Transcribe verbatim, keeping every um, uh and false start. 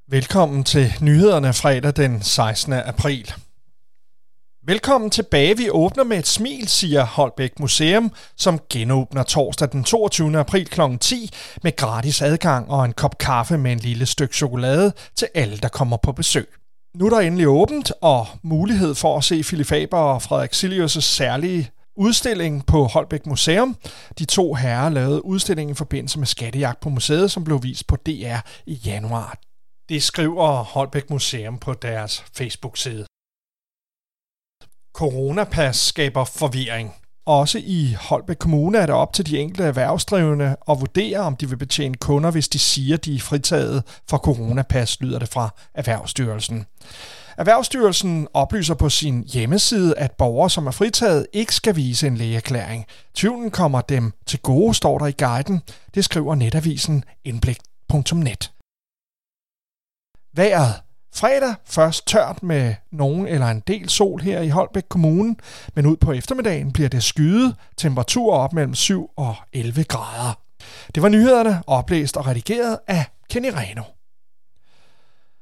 Velkommen til nyhederne fredag den sekstende april. Velkommen tilbage. Vi åbner med et smil, siger Holbæk Museum, som genåbner torsdag den toogtyvende april klokken ti med gratis adgang og en kop kaffe med en lille stykke chokolade til alle, der kommer på besøg. Nu er der endelig åbent og mulighed for at se Philip Faber og Frederik Cilius' særlige udstilling på Holbæk Museum. De to herrer lavede udstillingen i forbindelse med Skattejagt på museet, som blev vist på D R i januar. Det skriver Holbæk Museum på deres Facebook-side. Coronapas skaber forvirring. Også i Holbæk Kommune er det op til de enkelte erhvervsdrivende at vurdere, om de vil betjene kunder, hvis de siger, de er fritaget for coronapas, lyder det fra Erhvervsstyrelsen. Erhvervsstyrelsen oplyser på sin hjemmeside, at borgere, som er fritaget, ikke skal vise en lægeerklæring. Tvivlen kommer dem til gode, står der i guiden. Det skriver netavisen indblik punktum net. Vejret. Fredag først tørt med nogen eller en del sol her i Holbæk Kommune, men ud på eftermiddagen bliver det skyet, temperaturer op mellem syv og elleve grader. Det var nyhederne, oplæst og redigeret af Kenny Reno.